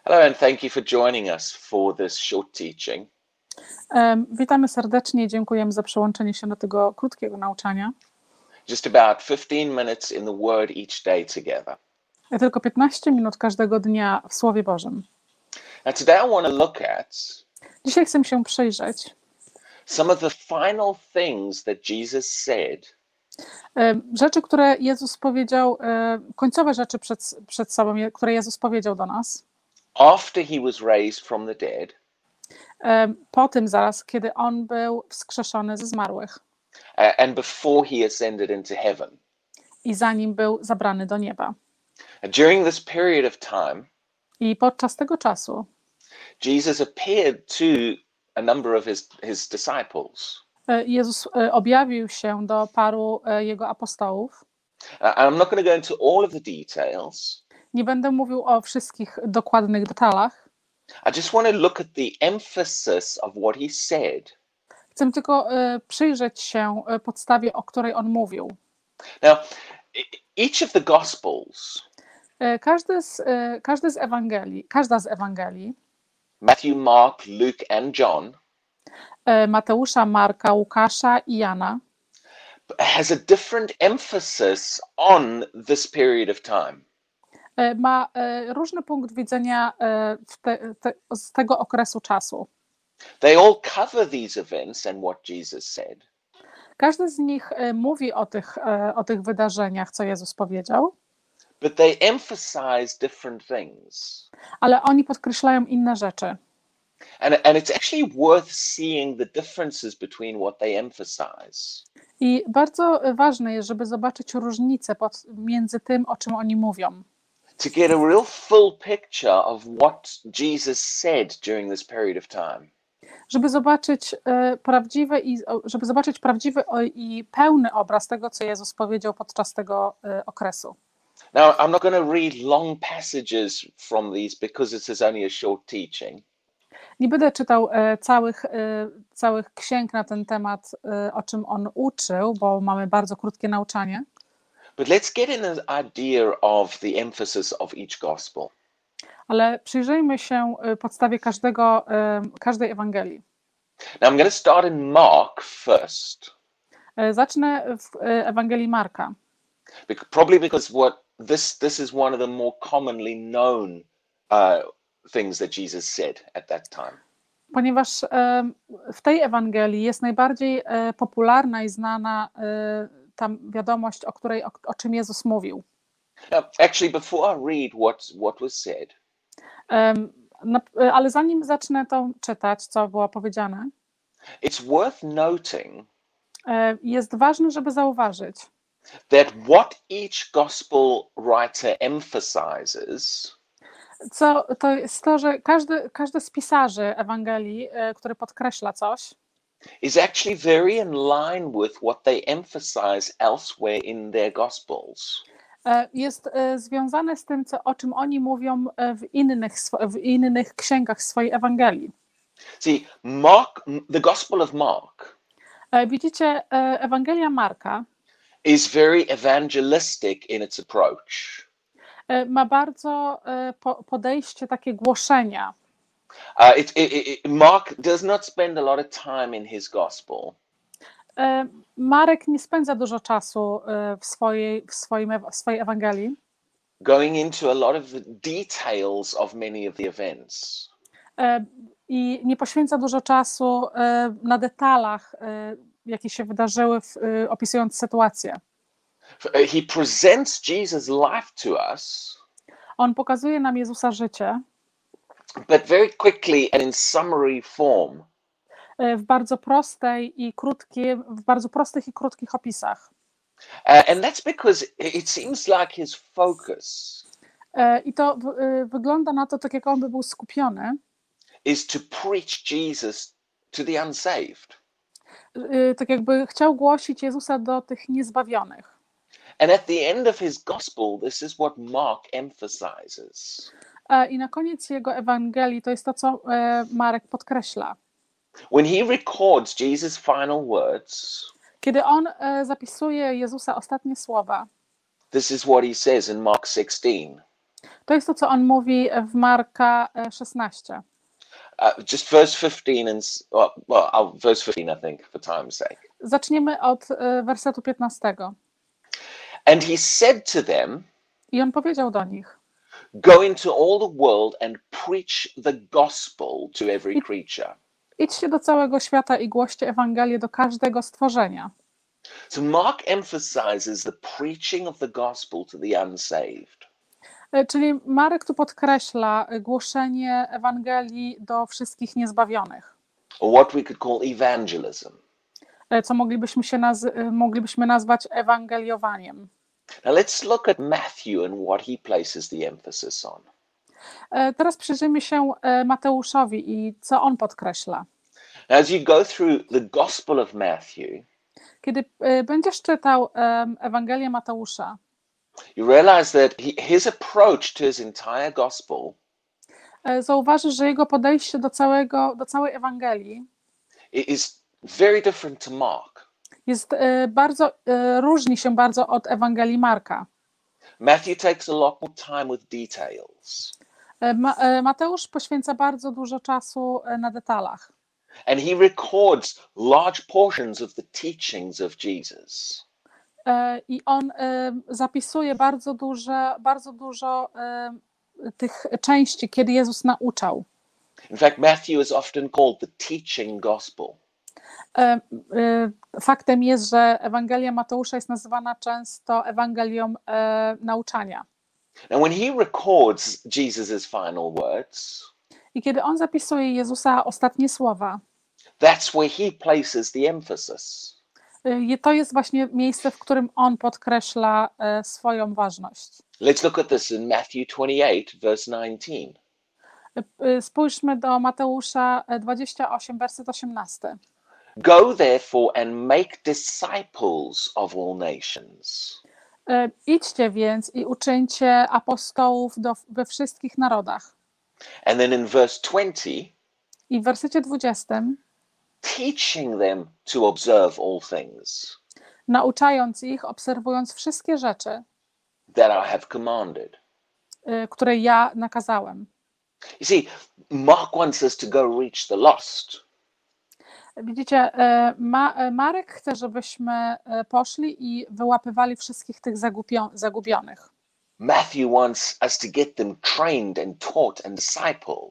Hello, and thank you for joining us for this short teaching. Witamy serdecznie, dziękujemy za przyłączenie się do tego krótkiego nauczania. Just about 15 minutes in the Word each day together. Tylko 15 minut każdego dnia w Słowie Bożym. Now today I want to look at Dzisiaj chcę się przyjrzeć some of the final things that Jesus said rzeczy, które Jezus powiedział, końcowe rzeczy przed sobą, które Jezus powiedział do nas. after he was raised from the dead Po tym zaraz, kiedy On był wskrzeszony ze zmarłych and before he ascended into heaven. i zanim był zabrany do nieba. During this period of time, I podczas tego czasu Jesus appeared to a number of his disciples. Jezus objawił się do paru Jego apostołów. And I'm not going to go into all of the details. Nie będę mówił o wszystkich dokładnych detalach. I just want to look at the emphasis of what he said. Chcę tylko przyjrzeć się podstawie, o której on mówił. Now, each of the Gospels, Każda z Ewangelii, Matthew, Mark, Luke, and John, Mateusza, Marka, Łukasza i Jana, has a different emphasis on this period of time. ma różny punkt widzenia z tego okresu czasu. They all cover these events and what Jesus said. Każdy z nich mówi o tych wydarzeniach, co Jezus powiedział, But they emphasize different things. ale oni podkreślają inne rzeczy. And it's actually worth seeing the differences between what they emphasize. I bardzo ważne jest, żeby zobaczyć różnicę między tym, o czym oni mówią. To get a real full picture of what Jesus said during this period of time. Żeby zobaczyć prawdziwy i pełny obraz tego, co Jezus powiedział podczas tego okresu. Now, I'm not going to read long passages from these because this is only a short teaching. Nie będę czytał całych księg na ten temat, o czym on uczył, bo mamy bardzo krótkie nauczanie. But let's get in an idea of the emphasis of each gospel. Ale przyjrzyjmy się podstawie każdej Ewangelii. Now I'm going to start in Mark first. Zacznę w Ewangelii Marka. Probably because this is one of the more commonly known things that Jesus said at that time. Ponieważ w tej Ewangelii jest najbardziej popularna i znana ta wiadomość, o czym Jezus mówił. Now, actually, before I read what was said, ale zanim zacznę to czytać, co było powiedziane, it's worth noting jest ważne, żeby zauważyć, that what each gospel writer emphasizes to jest to, że każdy z pisarzy Ewangelii, który podkreśla coś, is actually very in line with what they emphasize elsewhere in their gospels. Jest związane z tym, o czym oni mówią w innych księgach swojej Ewangelii. See, the Gospel of Mark Widzicie, Ewangelia Marka is very evangelistic in its approach. Ma bardzo podejście takie głoszenia. Mark does not spend a lot of time in his gospel Marek nie spędza dużo czasu w swojej Ewangelii going into a lot of the details of many of the events. I nie poświęca dużo czasu na detalach, jakie się wydarzyły, opisując sytuację. He presents Jesus' life to us, On pokazuje nam Jezusa życie, but very quickly and in summary form. W bardzo prostych i krótkich opisach. And that's because it seems like his focus I to wygląda na to, tak jak on by był skupiony, is to preach Jesus to the unsaved. Tak jakby chciał głosić Jezusa do tych niezbawionych. And at the end of his gospel, this is what Mark emphasizes. I na koniec jego Ewangelii to jest to, co Marek podkreśla. When he records Jesus' final words, Kiedy on zapisuje Jezusa ostatnie słowa, this is what he says in Mark 16. To jest to, co on mówi w Marka 16. Just verse 15 verse 15, I think, for time's sake. Zaczniemy od wersetu 15. And he said to them, I on powiedział do nich: go into all the world and preach the gospel to every creature. idźcie do całego świata i głoście Ewangelię do każdego stworzenia. So Mark emphasizes the preaching of the gospel to the unsaved. Czyli Marek tu podkreśla głoszenie Ewangelii do wszystkich niezbawionych. Or what we could call evangelism. Co moglibyśmy nazwać ewangeliowaniem. Now let's look at Matthew and what he places the emphasis on. Teraz przyjrzyjmy się Mateuszowi i co on podkreśla. As you go through the Gospel of Matthew, Kiedy będziesz czytał Ewangelię Mateusza, you realize that his approach to his entire gospel zauważysz, że jego podejście do całej Ewangelii is very different to Mark. różni się bardzo od Ewangelii Marka. Matthew takes a lot more time with details. Mateusz poświęca bardzo dużo czasu na detalach. And he records large portions of the teachings of Jesus. I on zapisuje bardzo dużo tych części, kiedy Jezus nauczał. In fact, Matthew is often called the teaching gospel. Faktem jest, że Ewangelia Mateusza jest nazywana często Ewangelią nauczania. And when he records Jesus's final words, I kiedy on zapisuje Jezusa ostatnie słowa, that's where he places the emphasis. To jest właśnie miejsce, w którym on podkreśla swoją ważność. Let's look at this in Matthew 28, verse 19. Spójrzmy do Mateusza 28, werset 18. Go therefore and make disciples of all nations. Idźcie więc i uczyńcie apostołów we wszystkich narodach. And then in verse 20, I w wersecie 20, teaching them to observe all things nauczając ich, obserwując wszystkie rzeczy, that I have commanded. które ja nakazałem. You see, Mark wants us to go reach the lost. Widzicie, Marek chce, żebyśmy poszli i wyłapywali wszystkich tych zagubionych. Matthew wants us to get them trained and taught and discipled.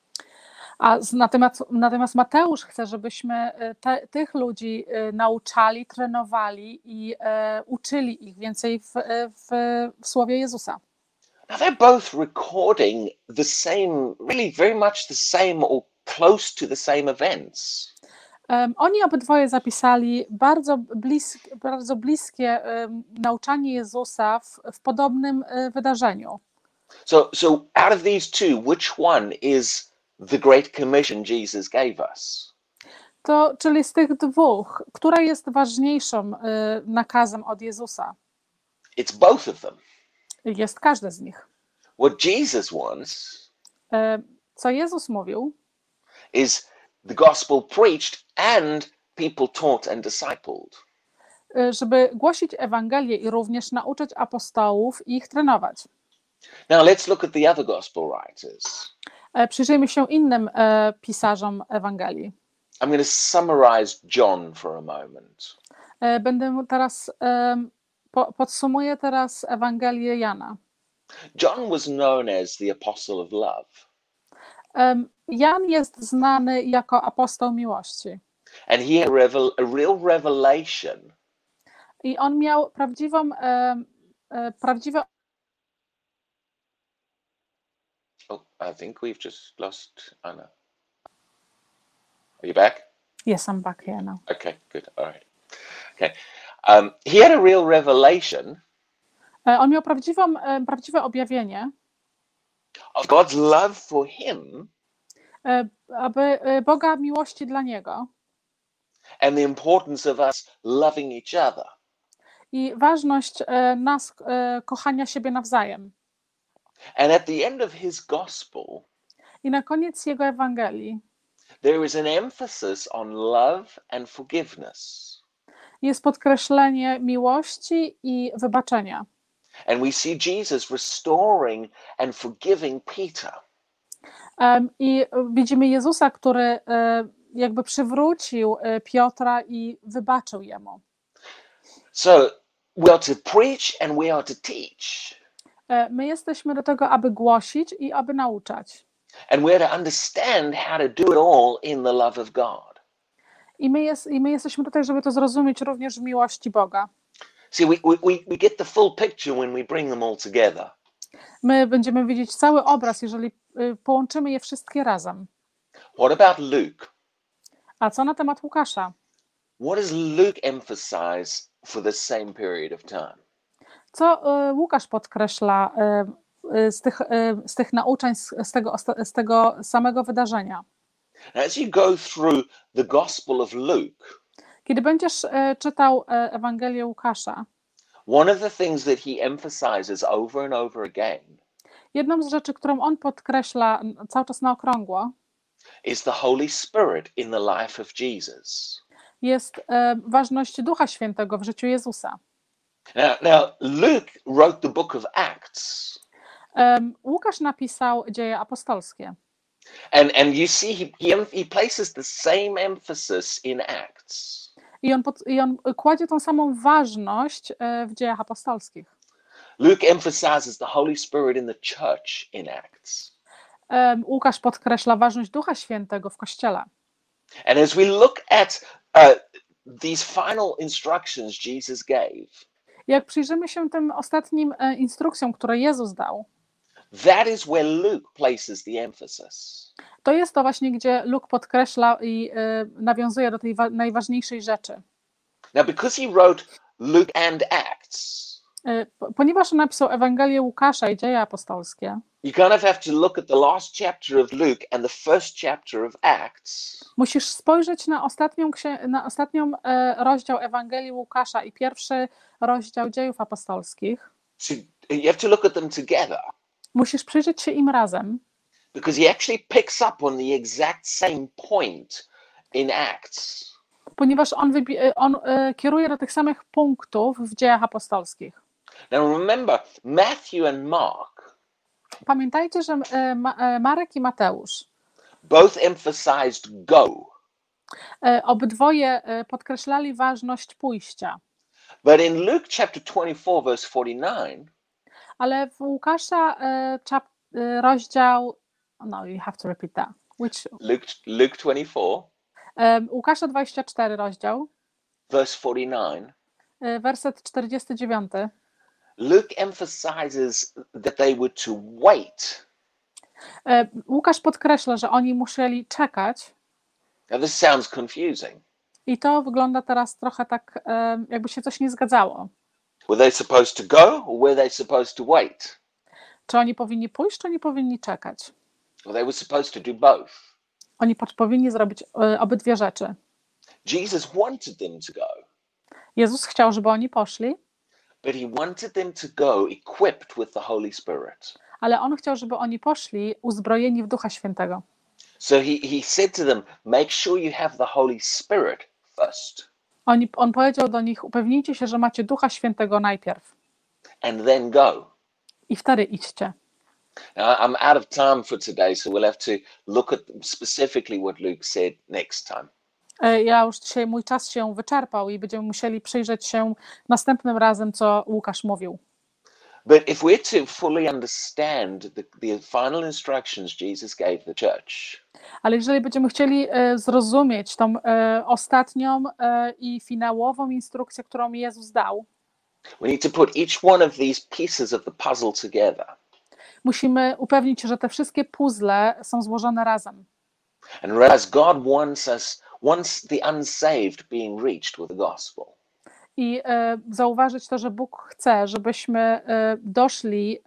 Natomiast Mateusz chce, żebyśmy tych ludzi nauczali, trenowali i uczyli ich więcej w słowie Jezusa. Now they're both recording the same, really very much the same or close to the same events. Oni obydwoje zapisali bardzo bliskie nauczanie Jezusa w podobnym wydarzeniu. So out of these two, which one is the Great Commission Jesus gave us? Czyli z tych dwóch, która jest ważniejszym nakazem od Jezusa? It's both of them. Jest każdy z nich. What Jesus wants Co Jezus mówił, is the gospel preached and people taught and discipled. żeby głosić Ewangelię i również nauczyć apostołów i ich trenować. Now let's look at the other gospel writers. Przyjrzyjmy się innym pisarzom Ewangelii. I'm going to summarize John for a moment. Podsumuję teraz Ewangelię Jana. John was known as the apostle of love. Jan jest znany jako apostoł miłości. And he had a real revelation. I on miał prawdziwe. Oh, I think we've just lost Anna. Are you back? Yes, I'm back here now. Okay, good. All right. Okay. He had a real revelation. On miał prawdziwe objawienie. Of God's love for him. Boga miłości dla niego. And the importance of us loving each other. I ważność nas kochania siebie nawzajem. And at the end of his gospel, I na koniec jego Ewangelii there is an emphasis on love and forgiveness. jest podkreślenie miłości i wybaczenia. And we see Jesus restoring and forgiving Peter. I widzimy Jezusa, który jakby przywrócił Piotra i wybaczył jemu. So we are to preach and we are to teach. My jesteśmy do tego, aby głosić i aby nauczać. And we are to understand how to do it all in the love of God. I my jesteśmy tutaj, żeby to zrozumieć również w miłości Boga. See, we get the full picture when we bring them all together. My będziemy widzieć cały obraz, jeżeli połączymy je wszystkie razem. What about Luke? A co na temat Łukasza? What does Luke emphasize for the same period of time? Co Łukasz podkreśla z tych nauczeń, z tego samego wydarzenia? As you go through the Gospel of Luke, Kiedy będziesz czytał Ewangelię Łukasza, one of the things that he emphasizes over and over again jedną z rzeczy, którą on podkreśla cały czas na okrągło, is the Holy Spirit in the life of Jesus. jest ważność Ducha Świętego w życiu Jezusa. Now Luke wrote the book of Acts. Łukasz napisał Dzieje apostolskie. And you see he places the same emphasis in Acts. I on kładzie tą samą ważność w Dziejach apostolskich. Luke emphasizes the Holy Spirit in the church in Acts. Łukasz podkreśla ważność Ducha Świętego w Kościele. And as we look at these final instructions Jesus gave, Jak przyjrzymy się tym ostatnim instrukcjom, które Jezus dał, that is where Luke places the emphasis. to jest to właśnie, gdzie Luke podkreśla i nawiązuje do tej najważniejszej rzeczy. Now, because he wrote Luke and Acts, Ponieważ on napisał Ewangelię Łukasza i Dzieje apostolskie, you kind of have to look at the last chapter of Luke and the first chapter of Acts musisz spojrzeć na ostatnią rozdział Ewangelii Łukasza i pierwszy rozdział Dziejów apostolskich. you have to look at them together, Musisz przyjrzeć się im razem, because he actually picks up on the exact same point in Acts. ponieważ on kieruje do tych samych punktów w Dziejach apostolskich. Now remember, Matthew and Mark Pamiętajcie, że Marek i Mateusz both emphasized go, obydwoje podkreślali ważność pójścia. but in Luke chapter 24 verse 49, Ale w Łukasza rozdział, no you have to repeat that. Luke 24 Łukasza 24 rozdział, verse 49, werset 49. Luke emphasizes that they were to wait. Łukasz podkreśla, że oni musieli czekać. Now this sounds confusing. I to wygląda teraz trochę tak, jakby się coś nie zgadzało. Were they supposed to go or were they supposed to wait? Czy oni powinni pójść, czy oni powinni czekać? Well, they were supposed to do both. Oni powinni zrobić obydwie rzeczy. Jesus wanted them to go, Jezus chciał, żeby oni poszli, but he wanted them to go equipped with the Holy Spirit. ale on chciał, żeby oni poszli uzbrojeni w Ducha Świętego. So he said to them, make sure you have the Holy Spirit first. On powiedział do nich, upewnijcie się, że macie Ducha Świętego najpierw And then go. i wtedy idźcie. Now, I'm out of time for today, so we'll have to look at specifically what Luke said next time. Ja już dzisiaj, mój czas się wyczerpał i będziemy musieli przyjrzeć się następnym razem, co Łukasz mówił. But if we're to fully understand the final instructions Jesus gave the church, Ale jeżeli będziemy chcieli zrozumieć tą ostatnią i finałową instrukcję, którą Jezus dał, we need to put each one of these pieces of the puzzle together. musimy upewnić się, że te wszystkie puzzle są złożone razem. And realize God wants the unsaved being reached with the gospel. I zauważyć to, że Bóg chce, żebyśmy doszli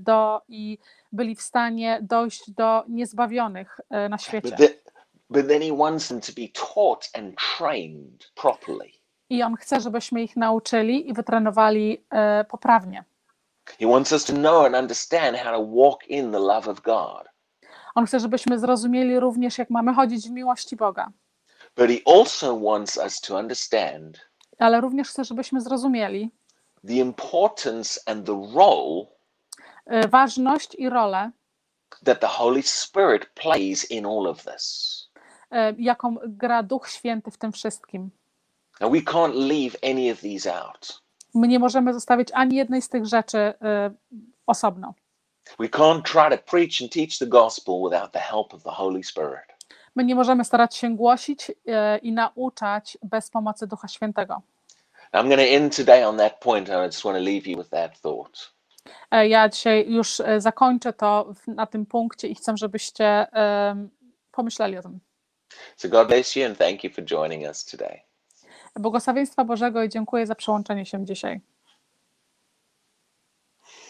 i byli w stanie dojść do niezbawionych na świecie. But then he wants them to be taught and trained properly. I On chce, żebyśmy ich nauczyli i wytrenowali poprawnie. He wants us to know and understand how to walk in the love of God. On chce, żebyśmy zrozumieli również, jak mamy chodzić w miłości Boga. But he also wants us to understand Ale również chce, żebyśmy zrozumieli, the importance and the role ważność i rolę, that the Holy Spirit plays in all of this. jaką gra Duch Święty w tym wszystkim. And we can't leave any of these out. My nie możemy zostawić ani jednej z tych rzeczy osobno. We can't try to preach and teach the gospel without the help of the Holy Spirit. My nie możemy starać się głosić i nauczać bez pomocy Ducha Świętego. I'm going to end today on that point, and I just want to leave you with that thought. Ja dzisiaj już zakończę to na tym punkcie i chcę, żebyście pomyśleli o tym. So God bless you and thank you for joining us today. Błogosławieństwa Bożego i dziękuję za przyłączenie się dzisiaj.